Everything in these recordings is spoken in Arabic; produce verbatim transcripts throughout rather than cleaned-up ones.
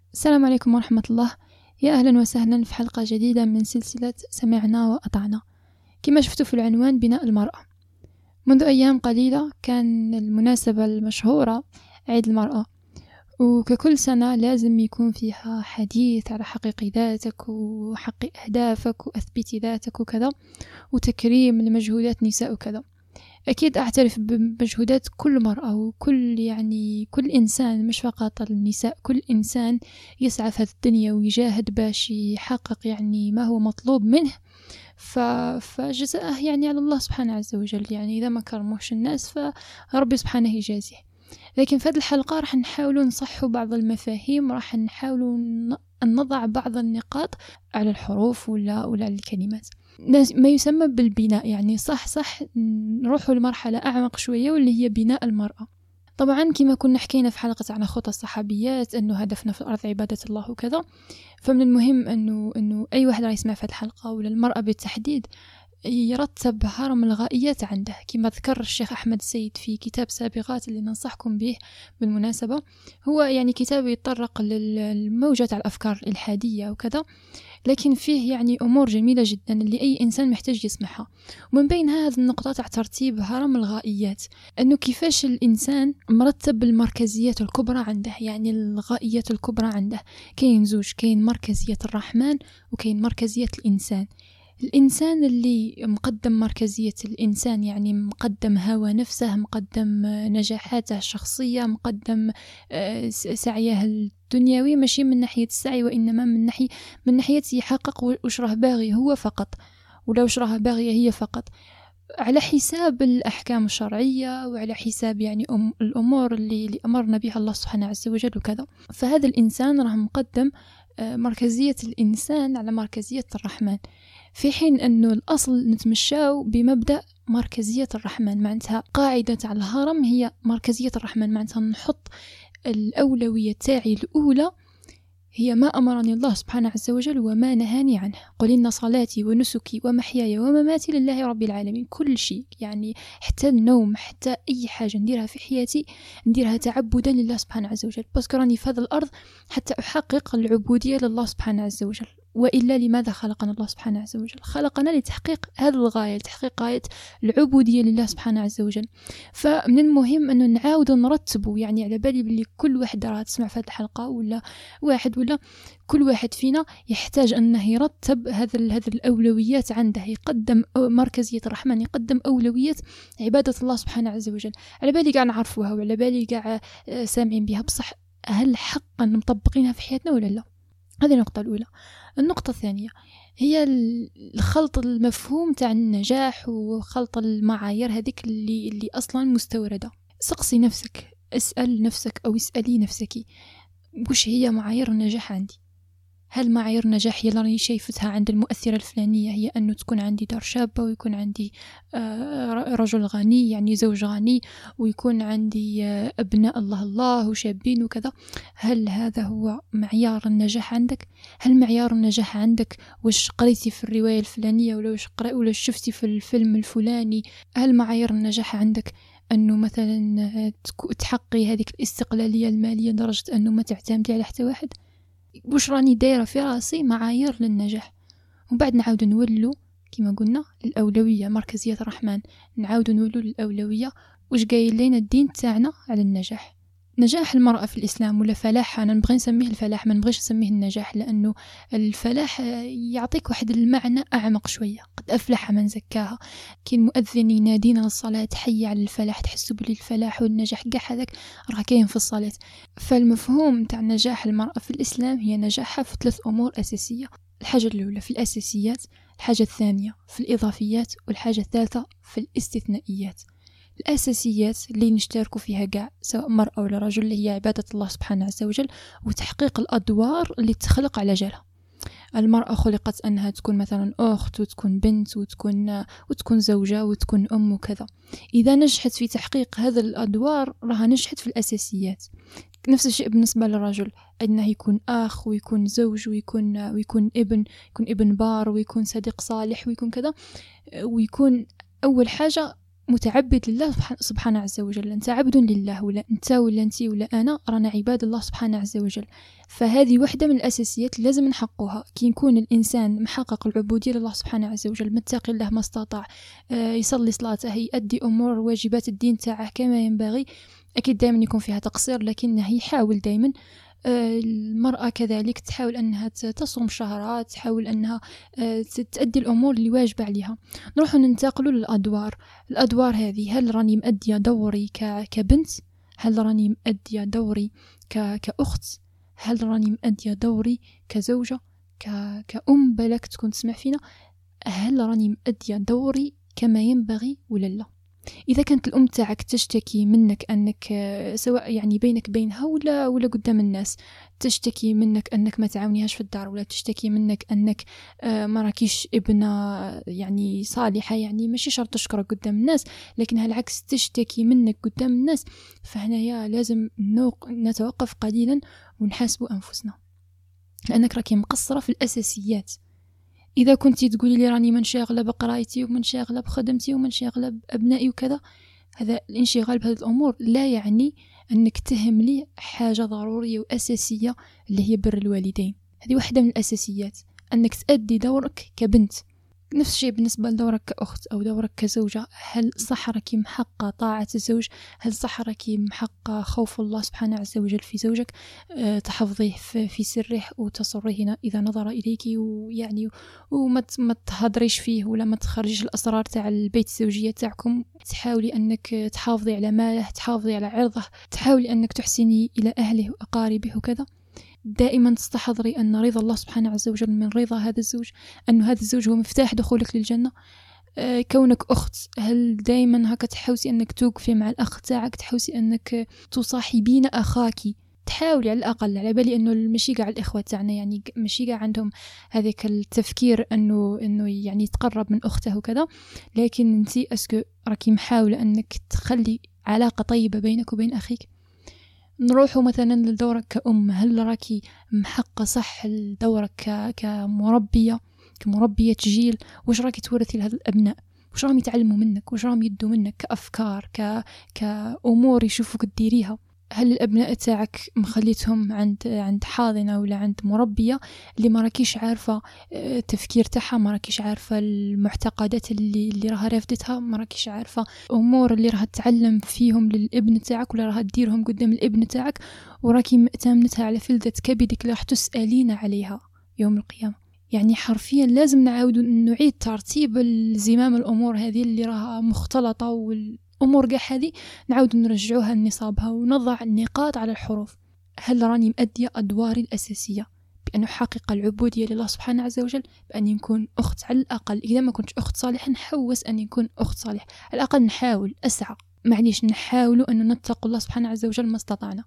السلام عليكم ورحمة الله. يا أهلا وسهلا في حلقة جديدة من سلسلة سمعنا وأطعنا. كما شفتوا في العنوان، بناء المرأة. منذ أيام قليلة كان المناسبة المشهورة عيد المرأة، وككل سنة لازم يكون فيها حديث على حقيق ذاتك وحقق أهدافك وأثبت ذاتك وكذا، وتكريم لمجهودات نساء وكذا. أكيد أعترف بمجهودات كل مرأة وكل يعني كل إنسان، مش فقط النساء، كل إنسان يسعى في هذه الدنيا ويجاهد باش يحقق يعني ما هو مطلوب منه، ف... فجزاءه يعني على الله سبحانه عز وجل. يعني إذا ما كرموش الناس فربي سبحانه يجازيه. لكن في هذه الحلقة راح نحاول نصحح بعض المفاهيم، راح نحاول أن نضع بعض النقاط على الحروف ولا ولا الكلمات، ما يسمى بالبناء. يعني صح صح نروحوا لمرحلة أعمق شوية واللي هي بناء المرأة. طبعا كما كنا حكينا في حلقة عن خطى الصحابيات أنه هدفنا في الأرض عبادة الله وكذا، فمن المهم أنه, أنه أي واحد راح يسمع في الحلقة ولا المرأة بالتحديد يرتب هرم الغائيات عنده، كما ذكر الشيخ أحمد السيد في كتاب سابغات اللي ننصحكم به بالمناسبة. هو يعني كتاب يتطرق للموجة على الأفكار الإلحادية وكذا، لكن فيه يعني أمور جميلة جدا اللي أي إنسان محتاج يسمعها. ومن بينها هذه النقطة تاع ترتيب هرم الغائيات، أنه كيفاش الإنسان مرتب المركزيات الكبرى عنده، يعني الغائيات الكبرى عنده. كاين زوج، كاين مركزية الرحمن وكاين مركزية الإنسان. الإنسان اللي مقدم مركزية الإنسان، يعني مقدم هوى نفسه، مقدم نجاحاته الشخصية، مقدم سعيه الدنيوي، ماشي من ناحية السعي وإنما من ناحية من ناحية يحقق وش راه باغي هو فقط، ولا وش راه باغية هي فقط، على حساب الأحكام الشرعية وعلى حساب يعني أم الأمور اللي, اللي أمرنا بها الله سبحانه عز وجل وكذا. فهذا الإنسان راه مقدم مركزية الإنسان على مركزية الرحمن، في حين أنه الأصل نتمشاو بمبدأ مركزية الرحمن. معناتها قاعدة على الهرم هي مركزية الرحمن، معناتها نحط الأولوية تاعي الأولى هي ما أمرني الله سبحانه عز وجل وما نهاني عنه. قل إن صلاتي ونسكي ومحياي ومماتي لله رب العالمين. كل شيء، يعني حتى النوم، حتى أي حاجة نديرها في حياتي نديرها تعبدا لله سبحانه عز وجل، بس راني في هذا الأرض حتى أحقق العبودية لله سبحانه عز وجل. وإلا لماذا خلقنا الله سبحانه عز وجل؟ خلقنا لتحقيق هذه الغاية، لتحقيق غاية العبودية لله سبحانه عز وجل. فمن المهم أنه نعاود نرتبه. يعني على بالي باللي كل واحد راه تسمع في هذه الحلقة ولا واحد ولا كل واحد فينا يحتاج أنه يرتب هذا هذه الأولويات عنده، يقدم مركزية الرحمن، يقدم أولوية عبادة الله سبحانه عز وجل. على بالي قاعد نعرفوها وعلى بالي قاعد سامعين بها، بصح هل حقا مطبقينها في حياتنا ولا لا؟ هذه النقطة الأولى. النقطة الثانية هي الخلط المفهوم تاع النجاح وخلط المعايير هذيك اللي, اللي أصلا مستوردة. سقسي نفسك، اسأل نفسك أو اسألي نفسك، وش هي معايير النجاح عندي؟ هل معايير النجاح هي اللي راني شايفتها عند المؤثرة الفلانية هي أنه تكون عندي دار شابة ويكون عندي رجل غني، يعني زوج غني، ويكون عندي أبناء الله الله وشابين وكذا؟ هل هذا هو معيار النجاح عندك؟ هل معيار النجاح عندك وش قريتي في الرواية الفلانية ولا وش قرأ ولا شفتي في الفيلم الفلاني؟ هل معايير النجاح عندك أنه مثلا تحقي هذه الاستقلالية المالية لدرجة أنه ما تعتمدي على حتى واحد؟ وش راني دايرة في راسي معايير للنجاح؟ وبعد نعاود نولو كما قلنا الأولوية، مركزية الرحمن، نعاود نولو للأولوية وش قايل لنا الدين تاعنا على النجاح. نجاح المرأة في الإسلام ولا فلاح، أنا نبغي نسميه الفلاح، ما نبغيش نسميه النجاح، لأنه الفلاح يعطيك واحد المعنى أعمق شوية. قد أفلح من زكاها، كي المؤذن ينادينا للصلاة حي على الفلاح، تحسوا بلي الفلاح والنجاح قاع هذاك راه كاين في الصلاة. فالمفهوم تاع نجاح المرأة في الإسلام هي نجاحها في ثلاث أمور أساسية. الحاجة الأولى في الأساسيات، الحاجة الثانية في الإضافيات، والحاجة الثالثة في الاستثنائيات. الأساسيات اللي نشتركوا فيها قاع سواء مرأة ولا رجل اللي هي عبادة الله سبحانه عز وجل وتحقيق الأدوار اللي تخلق على جالها. المرأة خلقت أنها تكون مثلا أخت وتكون بنت وتكون وتكون زوجة وتكون أم وكذا. إذا نجحت في تحقيق هذه الأدوار راها نجحت في الأساسيات. نفس الشيء بالنسبة للرجل، أنه يكون أخ ويكون زوج ويكون ويكون ابن، يكون ابن بار ويكون صديق صالح ويكون كذا، ويكون أول حاجة متعبد لله سبحانه عز وجل. أنت عبد لله، ولا أنت ولا أنت ولا أنا رانا عباد الله سبحانه عز وجل. فهذه واحدة من الأساسيات لازم نحققها. كي يكون الإنسان محقق العبودية لله سبحانه عز وجل، متقي الله ما استطاع، آه يصلي صلاته، يؤدي أمور واجبات الدين تاعه كما ينبغي. أكيد دائما يكون فيها تقصير، لكنه يحاول دائما. المرأة كذلك تحاول أنها تصوم شهرات، تحاول أنها تؤدي الأمور اللي واجب عليها. نروح ننتقل للأدوار. الأدوار هذه، هل راني مؤدية دوري كبنت؟ هل راني مؤدية دوري كأخت؟ هل راني مؤدية دوري كزوجة، كأم بالك تكون تسمع فينا؟ هل راني مؤدية دوري كما ينبغي ولا لا؟ إذا كانت الأم تاعك تشتكي منك أنك سواء يعني بينك بينها ولا ولا قدام الناس، تشتكي منك أنك ما تعاونيهاش في الدار، ولا تشتكي منك أنك ما راكيش ابنة يعني صالحة، يعني ماشي شرط تشكرك قدام الناس، لكنها العكس تشتكي منك قدام الناس، فهنا لازم نتوقف قليلا ونحاسب أنفسنا، لأنك راكي مقصرة في الأساسيات. إذا كنتي تقولي لي راني منشغلة بقرايتي ومنشغلة بخدمتي ومنشغلة بأبنائي وكذا، هذا الانشغال بهذه الأمور لا يعني أنك تهملي حاجة ضرورية وأساسية اللي هي بر الوالدين. هذه واحدة من الأساسيات، أنك تأدي دورك كبنت. نفس الشيء بالنسبة لدورك كأخت أو دورك كزوجة. هل صح راكي محقة طاعة الزوج؟ هل صح راكي محقة خوف الله سبحانه عز وجل في زوجك؟ أه تحفظيه في سره وتصره إذا نظر إليك، ويعني وما ما تهضريش فيه ولا ما تخرجيش الأسرار تاع البيت الزوجية تاعكم. تحاولي أنك تحافظي على ماله، تحافظي على عرضه، تحاولي أنك تحسني إلى أهله وأقاربه وكذا. دائما تستحضري أن رضا الله سبحانه عز وجل من رضا هذا الزوج، أن هذا الزوج هو مفتاح دخولك للجنة. آه كونك أخت، هل دائما هكا تحاوسي أنك توقفي مع الأخ تاعك، تحاوسي أنك تصاحبين أخاكي، تحاولي على الأقل. على بالي أنه ماشي قاع الإخوة تاعنا يعني ماشي قاع عندهم هذيك التفكير أنه أنه يعني يتقرب من أخته وكذا، لكن انتي أسكو راكي محاولة أنك تخلي علاقة طيبة بينك وبين أخيك. نروحوا مثلا لدورك كأم. هل راكي محقة صح دورك كمربية كمربية جيل؟ واش راكي تورثي لهذا الأبناء؟ واش راهم يتعلموا منك؟ واش راهم يدوا منك كأفكار ك... كأمور يشوفوك تديريها؟ هل الأبناء تاعك مخليتهم عند عند حاضنة ولا عند مربية اللي ما راكيش عارفة التفكير تاعها، ما راكيش عارفة المعتقدات اللي اللي راها رافدتها، ما راكيش عارفة أمور اللي راها تتعلم فيهم للابن تاعك ولا راها تديرهم قدام الابن تاعك، وراكي مأتمنتها على فلذة كبدك اللي راح تسألين عليها يوم القيامة. يعني حرفيا لازم نعاود نعيد ترتيب الزمام الأمور هذه اللي راها مختلطة، وال أمور قاع هذه نعاود نرجعوها لنصابها ونضع النقاط على الحروف. هل راني مؤدية أدواري الأساسية بأن أحقق العبودية لله سبحانه عز وجل، بأن يكون أخت على الأقل؟ إذا ما كنتش أخت صالحة نحوس أن يكون أخت صالحة، على الأقل نحاول، أسعى، معليش نحاول أن نتقي الله سبحانه عز وجل ما استطعنا.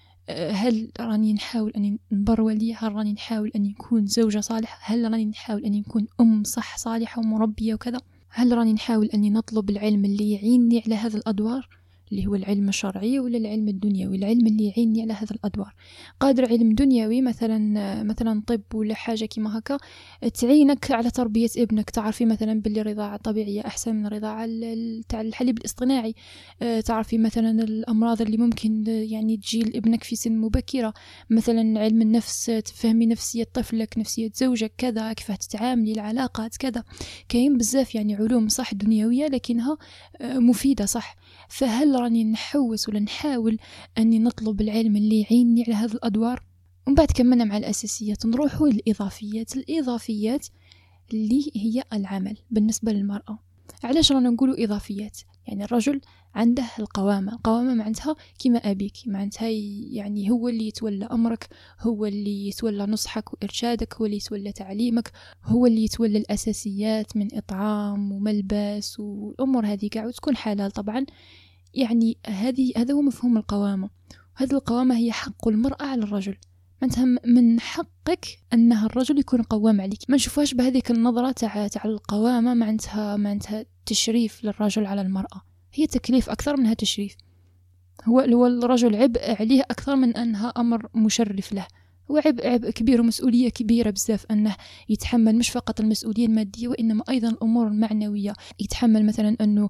هل راني نحاول أن نبر ولي؟ هل راني نحاول أن يكون زوجة صالحة؟ هل راني نحاول أن يكون أم صح صالحة ومربية وكذا؟ هل راني نحاول أني نطلب العلم اللي يعيني على هذا الأدوار، اللي هو العلم الشرعي ولا العلم الدنيوي؟ العلم اللي يعيني على هذا الأدوار. قادر علم دنيوي مثلا مثلا طب ولا حاجة كيما هكا تعينك على تربية ابنك، تعرفي مثلا باللي الرضاعة الطبيعية أحسن من الرضاعة تاع الحليب الاصطناعي، تعرفي مثلا الأمراض اللي ممكن يعني تجي لابنك في سن مبكرة، مثلا علم النفس تفهمي نفسية طفلك، نفسية زوجك، كذا كيف تتعاملي، العلاقات كذا. كاين بزاف يعني علوم صح دنيوية لكنها مفيدة صح. فهل راني نحوس ولا نحاول أني نطلب العلم اللي يعيني على هذه الأدوار؟ ومن بعد كملنا مع الأساسيات، نروحوا للإضافيات. الإضافيات اللي هي العمل بالنسبة للمرأة. علاش رانا نقولوا إضافيات؟ يعني الرجل عنده القوامة. القوامة معناتها كيما أبيك، معناتها يعني هو اللي يتولى أمرك، هو اللي يتولى نصحك وإرشادك، هو اللي يتولى تعليمك، هو اللي يتولى الأساسيات من إطعام وملبس والأمور هذه قاعد وتكون حلال طبعا. يعني هذه هذا هو مفهوم القوامة. هذه القوامة هي حق المرأة على الرجل. معناتها من حقك أنها الرجل يكون قوام عليك. ما نشوفهاش بهذيك النظرة تاع تاع القوامة معناتها معناتها تشريف للرجل على المرأة، هي تكليف أكثر منها تشريف. هو هو الرجل عبء عليه أكثر من أنها أمر مشرف له. هو عبء عبء كبير ومسؤولية كبيرة بزاف أنه يتحمل مش فقط المسؤولية المادية وإنما أيضا الأمور المعنوية. يتحمل مثلا أنه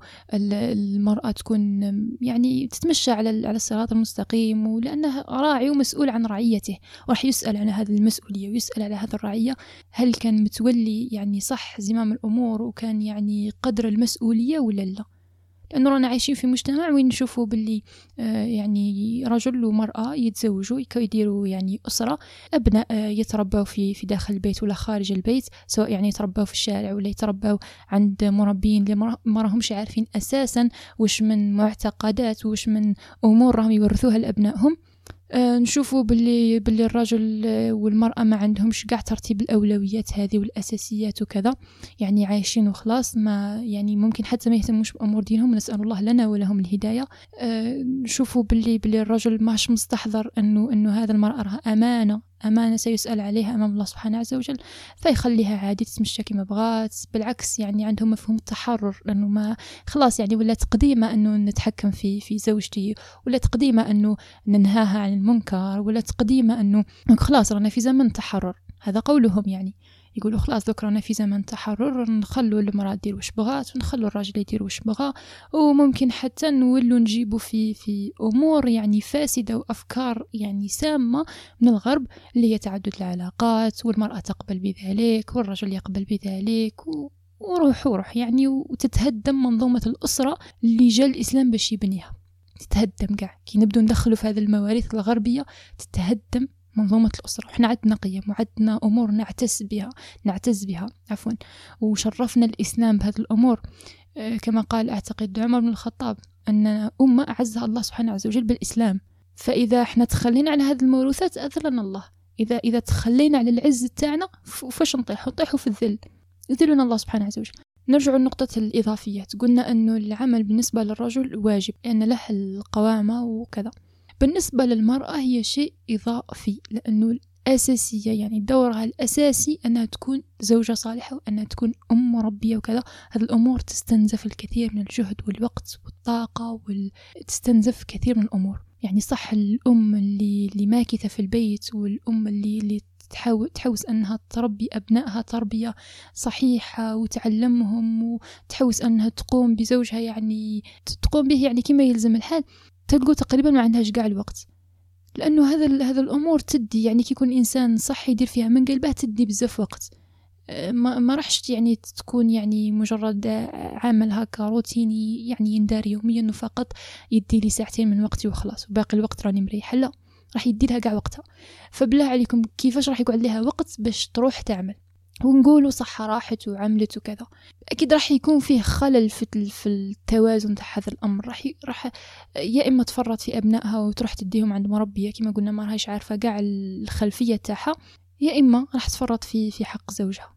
المرأة تكون يعني تتمشى على على الصراط المستقيم، ولأنه راعي ومسؤول عن رعيته، وراح يسأل عن هذه المسؤولية ويسأل على هذه الرعية هل كان متولي يعني صح زمام الأمور وكان يعني قدر المسؤولية ولا لا. لأنه رانا عايشين في مجتمع وين نشوفوا باللي آه يعني رجل ومرأة يتزوجوا يديروا يعني أسرة، أبناء آه يتربوا في في داخل البيت ولا خارج البيت، سواء يعني يتربوا في الشارع ولا يتربوا عند مربين اللي ما راهمش عارفين أساسا وش من معتقدات وش من أمور راهم يورثوها لأبنائهم. آه نشوفوا باللي باللي الرجل والمرأة ما عندهمش قاع ترتيب الأولويات هذه والأساسيات وكذا، يعني عايشين وخلاص، ما يعني ممكن حتى ما يهتموش بأمور دينهم، نسأل الله لنا ولهم الهداية. آه نشوفوا باللي باللي الرجل ماش مستحضر أنه أنه هذا المرأة راه أمانة أمانة سيسأل عليها أمام الله سبحانه عز وجل، فيخليها عادي تتمشى كما بغات. بالعكس يعني عندهم مفهوم التحرر، لأنه ما خلاص يعني ولا تقديمة أنه نتحكم في في زوجتي، ولا تقديمة أنه ننهاها عن المنكر، ولا تقديمة أنه خلاص رانا في زمن تحرر. هذا قولهم، يعني يقولوا خلاص ذكرنا في زمن تحرر، نخلوا المرأة دير وش بغات ونخلوا الراجل يدير وش بغا، وممكن حتى نولوا نجيبوا في في أمور يعني فاسدة وأفكار يعني سامة من الغرب اللي هي تعدد العلاقات، والمرأة تقبل بذلك والرجل يقبل بذلك، و وروح وروح يعني، وتتهدم منظومة الأسرة اللي جاء الإسلام باش يبنيها، تتهدم قاع كي نبدو ندخلوا في هذه المواريث الغربية، تتهدم منظومة الأسرة. وإحنا عندنا قيم وعندنا أمور نعتز بها نعتز بها عفوا وشرفنا الإسلام بهذه الأمور. أه كما قال أعتقد عمر بن الخطاب أن أمة أعزها الله سبحانه عز وجل بالإسلام، فإذا إحنا تخلينا على هذه الموروثات أذلنا الله. إذا إذا تخلينا على العز تاعنا فاش نطيح نطيحوا في الذل، يذلنا الله سبحانه عز وجل. نرجع لنقطة الإضافيات، قلنا أنه العمل بالنسبة للرجل واجب لأن له القوامة وكذا، بالنسبة للمرأة هي شيء إضافي، لأنه الأساسية يعني دورها الأساسي أنها تكون زوجة صالحة وأنها تكون أم مربية وكذا. هذه الأمور تستنزف الكثير من الجهد والوقت والطاقة، وتستنزف كثير من الأمور. يعني صح الأم اللي, اللي ماكثة في البيت، والأم اللي, اللي تحاول تحوس أنها تربي أبنائها تربية صحيحة وتعلمهم، وتحوس أنها تقوم بزوجها يعني تقوم به يعني كما يلزم الحال، تلقوا تقريبا ما عندهاش قاع الوقت. لأنه هذا هذا الأمور تدي يعني كي يكون إنسان صح يدير فيها من قلبه تدي بزاف وقت، ما, ما راحش يعني تكون يعني مجرد عمل هكا روتيني يعني يندار يوميا فقط يدي لي ساعتين من وقتي وخلاص وباقي الوقت راني مريحة، لا راح يدي لها قاع وقتها. فبالله عليكم كيفاش راح يقعد لها وقت باش تروح تعمل ونقولوا صح راحت وعملت وكذا؟ أكيد راح يكون فيه خلل في في التوازن تاع هذا الأمر. راح راح يا إما تفرط في أبنائها وتروح تديهم عند مربية كما قلنا ما راهيش عارفة قاع الخلفية تاعها، يا إما راح تفرط في في حق زوجها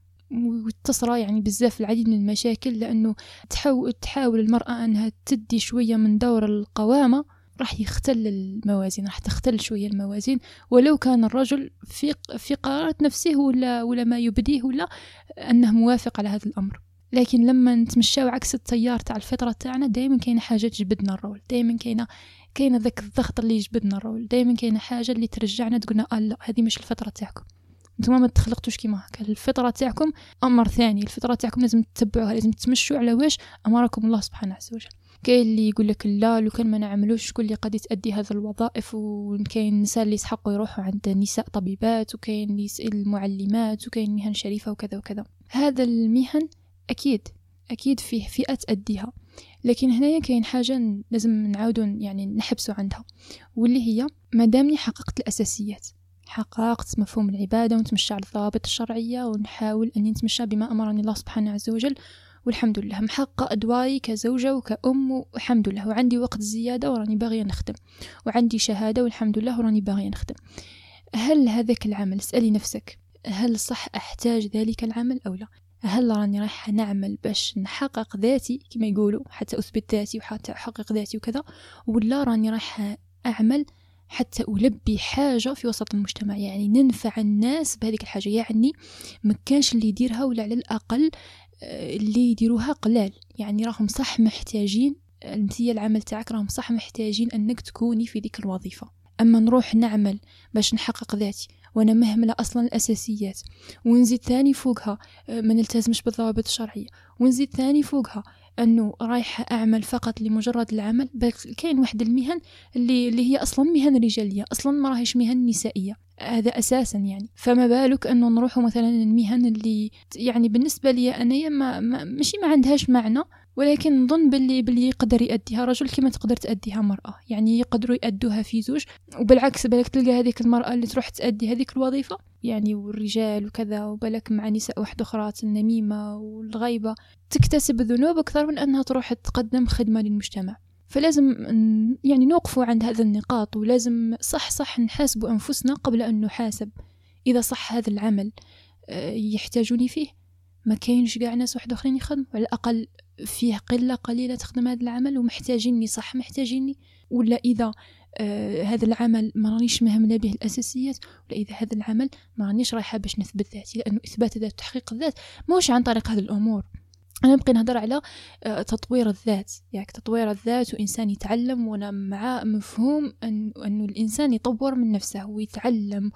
وتصرى يعني بزاف العديد من المشاكل. لأنه تحاول تحاول المرأة أنها تدي شوية من دور القوامة، راح يختل الموازين، راح تختل شوية الموازين، ولو كان الرجل في في قرارة نفسه ولا ولا ما يبديه ولا أنه موافق على هذا الأمر. لكن لما نتمشاو عكس التيار تاع الفطرة تاعنا، دائما كاينة حاجة تجبدنا الرول، دائما كاينة كاينة ذاك الضغط اللي يجبدنا الرول، دائما كاينة حاجة اللي ترجعنا تقولنا آه لا هذه مش الفطرة تاعكم، انتم ما تخلقتوش كيما هكا، الفطرة تاعكم أمر ثاني، الفطرة تاعكم لازم تتبعوها، لازم تمشوا على واش أمركم الله سبحانه عز وجل. كاين اللي يقول لك لا لو كان ما نعملوش شكون اللي قد تأدي هذه الوظائف، وكاين نساء اللي يسحقوا يروحوا عند نساء طبيبات، وكاين اللي يسأل المعلمات، وكاين مهن شريفة وكذا وكذا. هذا المهن أكيد أكيد فيه فئة تأديها، لكن هنايا كاين حاجة لازم نعاودوا يعني نحبسوا عندها، واللي هي مادامني حققت الأساسيات، حققت مفهوم العبادة ونتمشى على الضوابط الشرعية ونحاول أن نتمشى بما أمرني الله سبحانه عز وجل، والحمد لله محقق أدواري كزوجة وكأم والحمد لله، وعندي وقت زيادة وراني باغية نخدم، وعندي شهادة والحمد لله وراني باغية نخدم. هل هذاك العمل، اسألي نفسك، هل صح أحتاج ذلك العمل أو لا؟ هل راني رايحة نعمل باش نحقق ذاتي كما يقولوا، حتى أثبت ذاتي وحتى أحقق ذاتي وكذا، ولا راني رايحة أعمل حتى ألبي حاجة في وسط المجتمع، يعني ننفع الناس بهذه الحاجة؟ يعني ما كانش اللي يديرها ولا على الأقل اللي يديروها قلال، يعني راهم صح محتاجين، انتي العمل تاعك راهم صح محتاجين أنك تكوني في ذيك الوظيفة. أما نروح نعمل باش نحقق ذاتي وأنا مهملة أصلا الأساسيات، ونزيد ثاني فوقها ما نلتزمش بالضوابط الشرعية، ونزيد ثاني فوقها أنه رايحة أعمل فقط لمجرد العمل. كاين واحد المهن اللي, اللي هي أصلا مهن رجالية، أصلا ما راهيش مهن نسائية، هذا أساسا يعني. فما بالك أنه نروحوا مثلا المهن اللي يعني بالنسبة لي أنا ما, ما ماشي ما عندهاش معنى، ولكن نظن باللي باللي يقدر يأديها رجل كما تقدر تأديها مرأة، يعني يقدروا يأدوها في زوج. وبالعكس بالك تلقى هذيك المرأة اللي تروح تأدي هذيك الوظيفة يعني والرجال وكذا، وبالك مع نساء واحدة أخرى النميمة والغيبة تكتسب الذنوب أكثر من أنها تروح تقدم خدمة للمجتمع. فلازم يعني نوقفوا عند هذا النقاط، ولازم صح صح نحاسب أنفسنا قبل أن نحاسب. إذا صح هذا العمل يحتاجوني فيه، ما كاينش قاع ناس واحد اخرين يخدموا، على الاقل فيه قله قليله تخدم هذا العمل ومحتاجيني، صح محتاجيني. ولا اذا آه هذا العمل ما رانيش مهمله به الاساسيات، ولا اذا هذا العمل ما رانيش رايحه باش نثبت ذاتي، لانه اثبات الذات وتحقيق الذات ماهوش عن طريق هذه الامور. انا بقي نهضر على آه تطوير الذات، يعني تطوير الذات وانسان يتعلم، وانا مع مفهوم ان انه الانسان يطور من نفسه ويتعلم،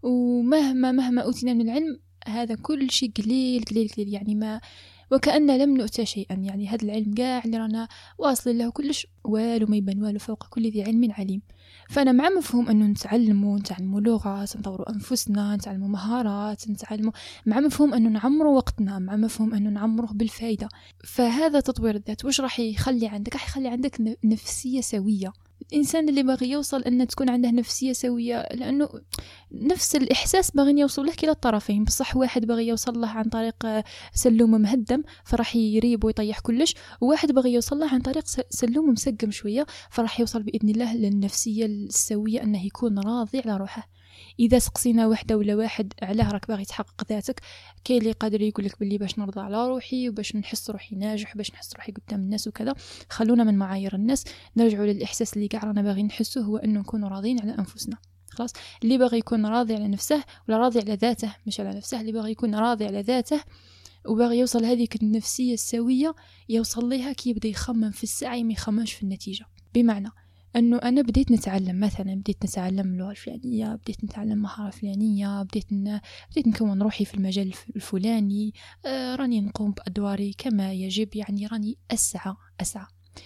ومهما مهما اوتينا من العلم هذا كل شيء قليل قليل قليل، يعني ما وكأن لم نؤتى شيئا. يعني هذا العلم قاع اللي رانا واصل له كلش والو ما يبان والو، فوق كل ذي علم عليم. فأنا مع مفهوم أنه نتعلموا نتعلموا لغات، نطوروا أنفسنا، نتعلموا مهارات، نتعلموا، مع مفهوم أنه نعمروا وقتنا، مع مفهوم أنه نعمره بالفائدة. فهذا تطوير الذات واش راح يخلي عندك؟ راح يخلي عندك نفسية سوية. الإنسان اللي باغي يوصل أن تكون عنده نفسية سوية، لأنه نفس الإحساس باغي يوصل له كلا الطرفين. بصح واحد باغي يوصل له عن طريق سلوم مهدم فراح يريب ويطيح كلش، وواحد باغي يوصل له عن طريق سلوم مسقم شوية فراح يوصل بإذن الله للنفسية السوية، أنه يكون راضي على روحه. إذا سقسينا وحده ولا واحد علاه راك باغي تحقق ذاتك، كاين اللي قادر يقولك باللي باش نرضى على روحي وباش نحس روحي ناجح باش نحس روحي قدام الناس وكذا. خلونا من معايير الناس، نرجعوا للإحساس اللي قاع رانا باغي نحسه، هو أنه نكونوا راضين على أنفسنا. خلاص، اللي باغي يكون راضي على نفسه ولا راضي على ذاته مش على نفسه، اللي باغي يكون راضي على ذاته وباغي يوصل هذيك النفسية السوية، يوصل ليها كي يبدأ يخمم في السعي ما يخممش في النتيجة. بمعنى أنه أنا بديت نتعلم، مثلا بديت نتعلم اللغة الفلانية، بديت نتعلم مهارة فلانية، بديت ن... بديت نكون روحي في المجال الفلاني، آه راني نقوم بأدواري كما يجب، يعني راني أسعى أسعى.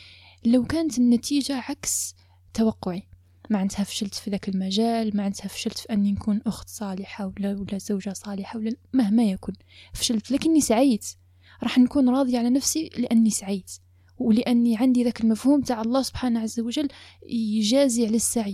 لو كانت النتيجة عكس توقعي، معناتها فشلت في ذاك المجال، معناتها فشلت في أني نكون أخت صالحة ولا, ولا زوجة صالحة ولا مهما يكن، فشلت لكني سعيت، راح نكون راضية على نفسي لأني سعيت، ولأني عندي ذاك المفهوم تاع الله سبحانه عز وجل يجازي على السعي،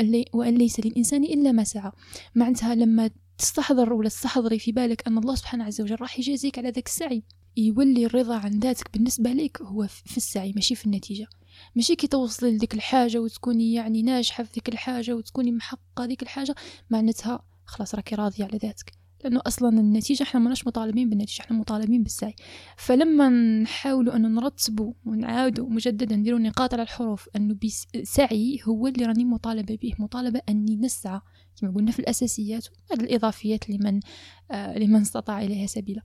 وأن ليس للإنسان إلا ما سعى. معناتها لما تستحضر ولا تستحضري في بالك أن الله سبحانه عز وجل راح يجازيك على ذاك السعي، يولي الرضا عن ذاتك بالنسبة لك هو في السعي ماشي في النتيجة. ماشي كي توصلي لذيك الحاجة وتكوني يعني ناجحة في ذيك الحاجة وتكوني محققة ذيك الحاجة معناتها خلاص راكي راضية على ذاتك، لأنه أصلا النتيجة احنا مناش مطالبين بالنتيجة، احنا مطالبين بالسعي. فلما نحاولوا أن نرتبوا ونعاودوا مجددا نديروا نقاط على الحروف أنه سعي هو اللي راني مطالبة به، مطالبة أني نسعى كما قلنا في الأساسيات، وهذه الإضافيات لمن آه لمن استطاع إليها سبيلا.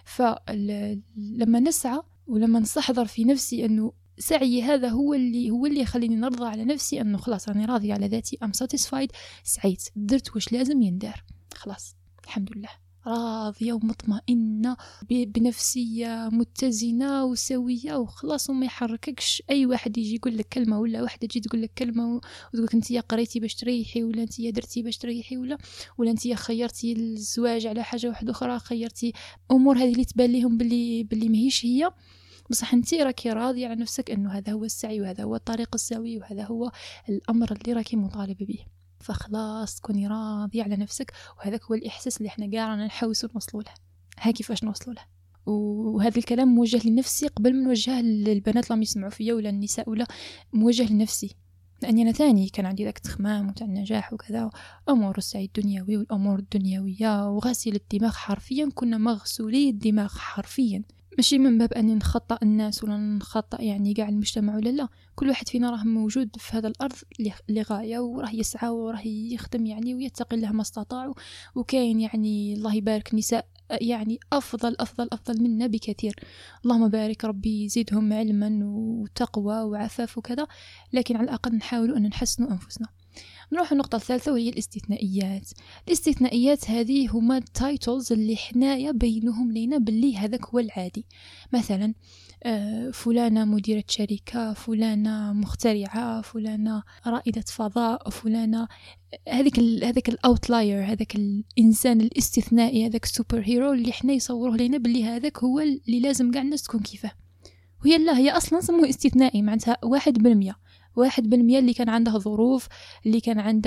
فلما نسعى ولما نستحضر في نفسي أنه سعي هذا هو اللي هو اللي يخليني نرضى على نفسي، أنه خلاص راني راضية على ذاتي، I'm satisfied، سعيت، درت واش لازم يندار، خلاص الحمد لله راضية ومطمئنة بنفسية متزنة وسوية وخلاص، وما يحرككش أي واحد يجي يقول لك كلمة ولا واحدة تجي تقول لك كلمة وتقولك أنت يا قريتي باش تريحي، ولا أنت يا درتي باش تريحي، ولا ولا أنت يا خيرتي الزواج على حاجة واحدة أخرى، خيرتي أمور هذه اللي تبان لهم باللي باللي ماهيش هي. بصح انتي راكي راضية على نفسك أنه هذا هو السعي وهذا هو الطريق السوي وهذا هو الأمر اللي راكي مطالبة به، فخلاص تكوني راضية على نفسك. وهذاك هو الإحساس اللي احنا قاعدين نحاوسوا نوصلوا له. ها كيفاش نوصلوا له؟ وهذا الكلام موجه لنفسي قبل من نوجه للبنات اللي يسمعوا فيا ولا النساء، ولا موجه لنفسي، لأني أنا ثاني كان عندي ذاك التخمام وتاع النجاح وكذا، أمور السعي الدنيوي والأمور الدنيوية وغسيل الدماغ، حرفيا كنا مغسولي الدماغ حرفيا، ماشي من باب أني نخطأ الناس ولا نخطأ يعني قاع المجتمع ولا لا، كل واحد فينا راه موجود في هذا الأرض لغاية وراه يسعى وراه يخدم يعني ويتقي الله ما استطاع. وكاين يعني الله يبارك نساء يعني أفضل أفضل أفضل منا بكثير، اللهم بارك، ربي يزيدهم علما وتقوى وعفاف وكذا، لكن على الأقل نحاولوا أن نحسنوا أنفسنا. نروح النقطة الثالثة وهي الاستثنائيات. الاستثنائيات هذه هما التايتلز اللي حنايا بينهم لينا باللي هذاك هو العادي. مثلا فلانة مديرة شركة، فلانة مخترعة، فلانة رائدة فضاء، فلانة هذيك ال هذاك الاوتلاير، هذاك الانسان الاستثنائي، هذاك السوبر هيرو اللي حنا يصوروه لينا باللي هذاك هو اللي لازم كاع الناس تكون كيفه. وهي لا، هي اصلا سموه استثنائي، معناتها واحد بالمية واحد بالمية اللي كان عنده ظروف، اللي كان عنده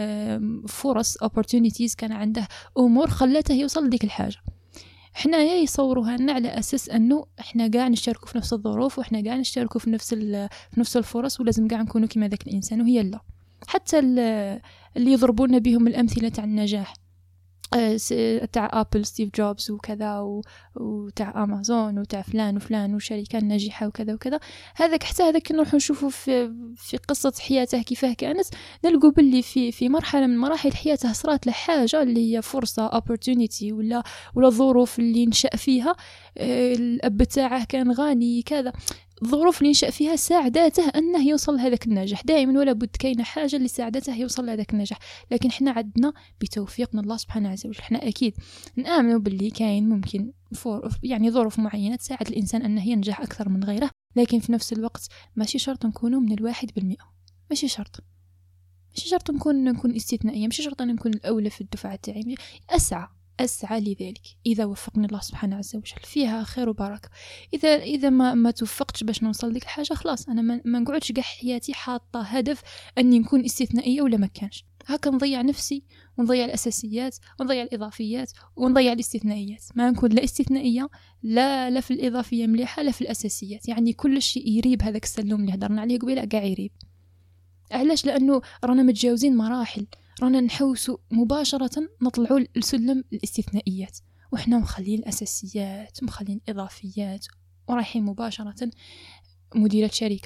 فرص opportunities، كان عنده امور خلته يوصل لديك الحاجه. احنا يصوروها لنا على اساس انه احنا قاع نشاركوا في نفس الظروف، واحنا قاع نشاركوا في نفس في نفس الفرص، ولازم قاع نكونوا كيما ذاك الانسان. وهي لا، حتى اللي يضربونا بهم الامثله تاع النجاح تاع ابل ستيف جوبز وكذا، وتاع امازون وتاع فلان وفلان وشركات ناجحه وكذا وكذا، هذاك حتى هذاك نروح نشوفوا في في قصه حياته كيفاه كانت، نلقوا باللي في في مرحله من مراحل حياته صارت له حاجه اللي هي فرصه opportunity ولا ولا ظروف اللي نشأ فيها. الاب تاعه كان غني كذا، الظروف اللي نشأ فيها ساعدته أنه يوصل لهذاك النجاح. دائما ولا بد كاينة حاجة اللي ساعدته يوصل لهذاك النجاح. لكن احنا عندنا بتوفيق من الله سبحانه عز وجل، احنا أكيد نآمنوا باللي كاين ممكن يعني ظروف معينة تساعد الإنسان أنه ينجح أكثر من غيره، لكن في نفس الوقت ماشي شرط نكونوا من الواحد بالمئة، ماشي شرط ماشي شرط نكون نكون استثنائية، ماشي شرط أن نكون الأولى في الدفعة تاعي. أسعى أسعى لذلك إذا وفقني الله سبحانه عز وجل، فيها خير وبركة. إذا إذا ما ما توفقتش باش نوصل لك الحاجة، خلاص أنا ما, ما نقعدش قاع حياتي حاطة هدف أني نكون استثنائية ولا ما كانش. هكا نضيع نفسي ونضيع الأساسيات ونضيع الإضافيات ونضيع الاستثنائيات. ما نكون لا استثنائية لا لا في الإضافية مليحة لا في الأساسيات، يعني كل شيء يريب. هذاك السلوم اللي هدرنا عليه قبيله قاع يريب. علاش؟ لأنه رانا متجاوزين مراحل، رانا نحوسوا مباشرة نطلعوا لسلم الاستثنائيات، وإحنا مخلين الأساسيات مخلين الإضافيات ورايحين مباشرة مديرة شركة،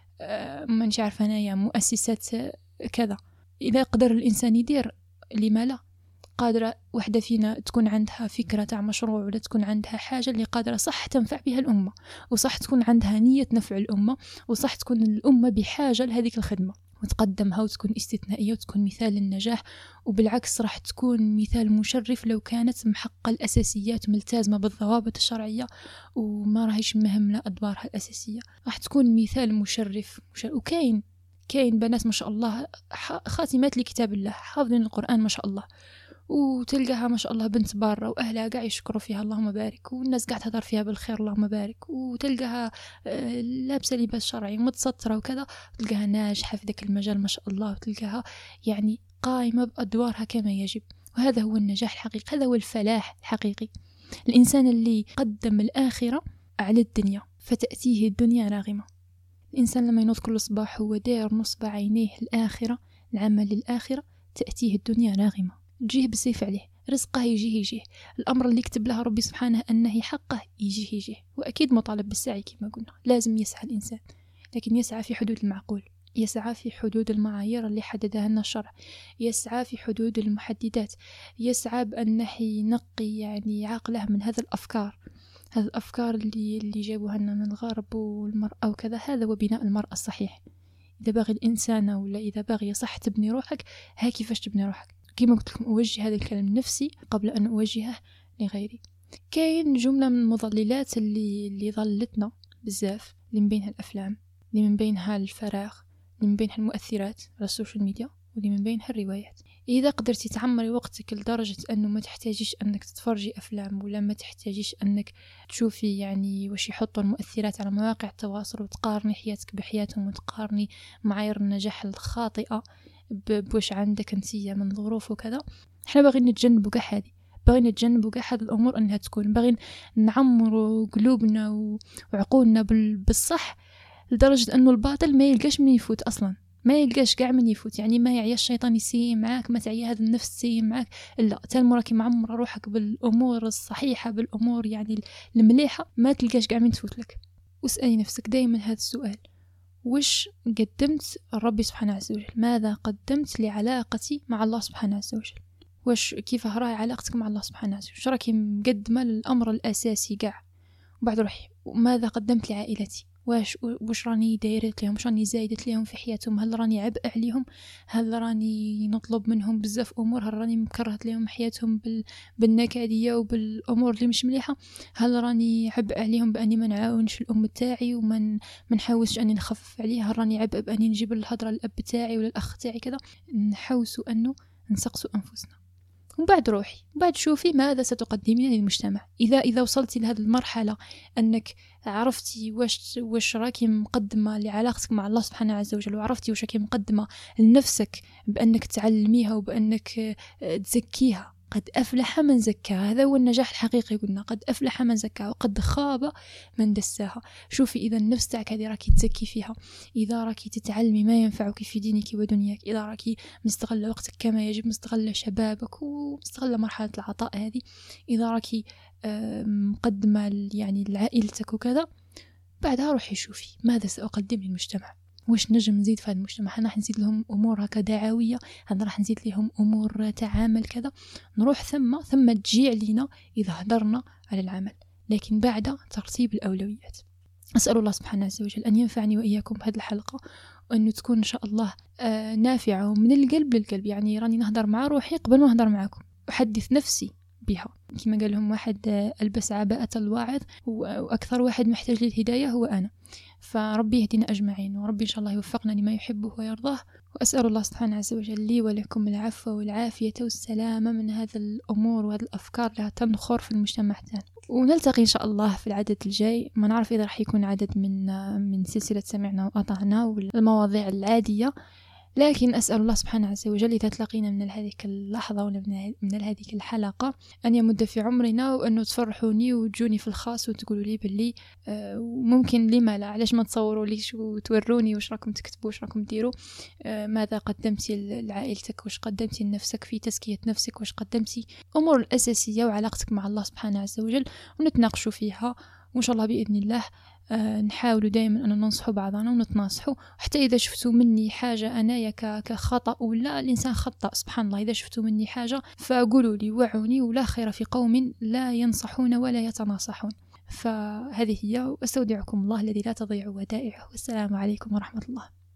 أه منش عارفة أنايا مؤسسات كذا. إذا قدر الإنسان يدير لما لا؟ قادرة واحدة فينا تكون عندها فكرة تاع مشروع، ولا تكون عندها حاجة اللي قادرة صح تنفع بها الأمة، وصح تكون عندها نية نفع الأمة، وصح تكون الأمة بحاجة لهذه الخدمة وتقدمها وتكون استثنائية وتكون مثال للنجاح. وبالعكس راح تكون مثال مشرف لو كانت محققة الأساسيات وملتزمة بالضوابط الشرعية وما راهيش مهملة أدوارها الأساسية. راح تكون مثال مشرف, مشرف. وكاين كاين بنات ما شاء الله خاتمات لكتاب الله، حافظين القرآن ما شاء الله، وتلقاها ما شاء الله بنت بارة وأهلها قاعد يشكروا فيها اللهم بارك، والناس قاعد تهضر فيها بالخير اللهم بارك، وتلقاها لابسة لباس شرعي متسترة وكذا، وتلقاها ناجحة في ذاك المجال ما شاء الله، وتلقاها يعني قائمة بأدوارها كما يجب. وهذا هو النجاح الحقيقي، هذا هو الفلاح الحقيقي. الإنسان اللي قدم الآخرة على الدنيا فتأتيه الدنيا راغمة. الإنسان لما ينوض كل صباح هو داير نصب عينيه الآخرة، العمل للآخرة، تأتيه الدنيا راغمة، تجيه بالسيف عليه، رزقه يجيه يجيه، الأمر اللي كتب له ربي سبحانه أنه يحقه يجيه يجيه. وأكيد مطالب بالسعي كما قلنا، لازم يسعى الإنسان، لكن يسعى في حدود المعقول، يسعى في حدود المعايير اللي حددها لنا الشرع، يسعى في حدود المحددات، يسعى بأنه ينقي يعني عقله من هذا الأفكار، هذه الأفكار اللي اللي جابوها لنا من الغرب والمرأة وكذا. هذا هو بناء المرأة الصحيح. إذا باغي الإنسان ولا إذا باغي صح تبني روحك، ها كيفاش تبني روحك. كما قلت لكم أوجه هذا الكلام لنفسي قبل أن أوجهه لغيري. كاين جملة من المضللات اللي اللي ضلتنا بزاف، اللي من بينها الأفلام، اللي من بينها الفراغ، اللي من بينها المؤثرات على السوشيال ميديا، واللي من بينها الروايات. إذا قدرتي تعمري وقتك لدرجة أنه ما تحتاجيش أنك تتفرجي أفلام، ولا ما تحتاجيش أنك تشوفي يعني وش يحطوا المؤثرات على مواقع التواصل وتقارني حياتك بحياتهم وتقارني معايير النجاح الخاطئة بوش عندك انتية من ظروف وكذا، احنا باغيين نتجنبوا كاع هذه، باغيين نتجنبوا كاع هذه الأمور أنها تكون، باغيين نعمروا قلوبنا وعقولنا بالصح لدرجة أنه الباطل ما يلقاش من يفوت أصلا، ما يلقاش كاع من يفوت. يعني ما يعيا الشيطان يسيء معاك، ما تعيا هذا النفس تسيء معاك، لا تالمراكي معمرة روحك بالأمور الصحيحة، بالأمور يعني المليحة، ما تلقاش كاع من تفوت لك. واسألي نفسك دائما هذا السؤال: وش قدمت ربي سبحانه عز وجل؟ ماذا قدمت لعلاقتي مع الله سبحانه عز وجل؟ وش كيف راهي علاقتك مع الله سبحانه عز وجل؟ وش راكي مقدمة للأمر الأساسي كاع؟ وبعد روحي ماذا قدمت لعائلتي؟ واش واش راني دايرت لهم، واش راني زايدت لهم في حياتهم، هل راني عبء عليهم، هل راني نطلب منهم بزاف امور، هل راني مكرهت لهم حياتهم بال... بالنكديه وبالامور اللي مش مليحه، هل راني عبء عليهم باني ما نعاونش الام تاعي ومن ما نحاولش اني نخفف عليها، هل راني عبء باني نجيب الهضره للاب تاعي ولا الاخ تاعي كذا. نحاوسوا انه نسقسوا انفسنا، ومن بعد روحي، بعد شوفي ماذا ستقدمين للمجتمع. إذا إذا وصلتي لهذه المرحلة أنك عرفتي واش واش راكي مقدمة لعلاقتك مع الله سبحانه عز وجل، وعرفتي واش راكي مقدمة لنفسك بأنك تعلميها وبأنك تزكيها، قد أفلح من زكاها. هذا هو النجاح الحقيقي. قلنا قد أفلح من زكاها وقد خاب من دساها. شوفي إذا النفس تاعك هذه راكي تزكي فيها، إذا راكي تتعلمي ما ينفعك في دينك ودنياك، إذا راكي مستغلة وقتك كما يجب، مستغلة شبابك ومستغلة مرحلة العطاء هذه، إذا راكي مقدمة يعني لعائلتك وكذا، بعدها روحي شوفي ماذا سأقدم للمجتمع، واش نجم نزيد في هذا المجتمع. أنا راح نزيد لهم أمور هكا دعوية، أنا راح نزيد لهم أمور تعامل كذا، نروح ثم ثم تجي علينا إذا هدرنا على العمل، لكن بعد ترتيب الأولويات. أسأل الله سبحانه عز وجل أن ينفعني وإياكم بهذه الحلقة، وأنه تكون إن شاء الله نافعة من القلب للقلب. يعني راني نهدر مع روحي قبل ما نهدر معكم، أحدث نفسي بها. كما قال لهم واحد، ألبس عباءة الواعظ، وأكثر واحد محتاج للهداية هو أنا. فربي يهدينا أجمعين، وربي إن شاء الله يوفقنا لما يحبه ويرضاه. وأسأل الله سبحانه عز وجل لي ولكم العفو والعافية والسلامة من هذا الأمور وهذه الأفكار اللي تنخر في المجتمع تاعنا. ونلتقي إن شاء الله في العدد الجاي. ما نعرف إذا راح يكون عدد من من سلسلة سمعنا وأطعنا والمواضيع العادية، لكن أسأل الله سبحانه عز وجل إذا تلاقينا من هذه اللحظة ولا من هذه الحلقة أن يمد في عمرنا، وأنه تفرحوني وتجوني في الخاص وتقولوا لي باللي آه ممكن لما لا، علاش ما تصوروا ليش وتوروني واش راكم تكتبوا، واش راكم ديروا، آه ماذا قدمتي لعائلتك، واش قدمتي لنفسك في تزكية نفسك، واش قدمتي أمور الأساسية وعلاقتك مع الله سبحانه عز وجل، ونتناقشوا فيها. وإن شاء الله بإذن الله آه نحاولوا دائما أن ننصحوا بعضنا ونتناصحوا. حتى إذا شفتوا مني حاجة أنايا كخطأ ولا الإنسان خطأ، سبحان الله، إذا شفتوا مني حاجة فقولوا لي وعوني، ولا خير في قوم لا ينصحون ولا يتناصحون. فهذه هي، وأستودعكم الله الذي لا تضيع ودائعه، والسلام عليكم ورحمة الله.